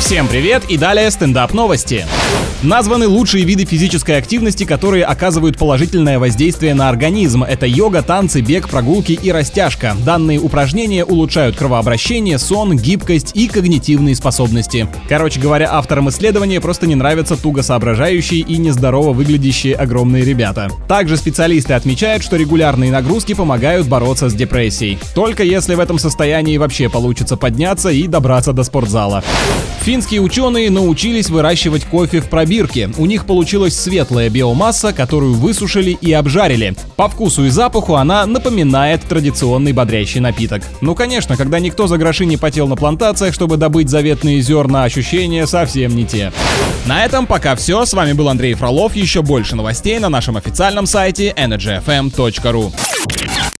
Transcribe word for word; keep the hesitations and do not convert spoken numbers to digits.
Всем привет и далее стендап новости. Названы лучшие виды физической активности, которые оказывают положительное воздействие на организм. Это йога, танцы, бег, прогулки и растяжка. Данные упражнения улучшают кровообращение, сон, гибкость и когнитивные способности. Короче говоря, авторам исследования просто не нравятся туго соображающие и нездорово выглядящие огромные ребята. Также специалисты отмечают, что регулярные нагрузки помогают бороться с депрессией. Только если в этом состоянии вообще получится подняться и добраться до спортзала. Финские ученые научились выращивать кофе в пробирке. У них получилась светлая биомасса, которую высушили и обжарили. По вкусу и запаху она напоминает традиционный бодрящий напиток. Ну конечно, когда никто за гроши не потел на плантациях, чтобы добыть заветные зерна, ощущения совсем не те. На этом пока все. С вами был Андрей Фролов. Еще больше новостей на нашем официальном сайте энерджи эф эм точка ру.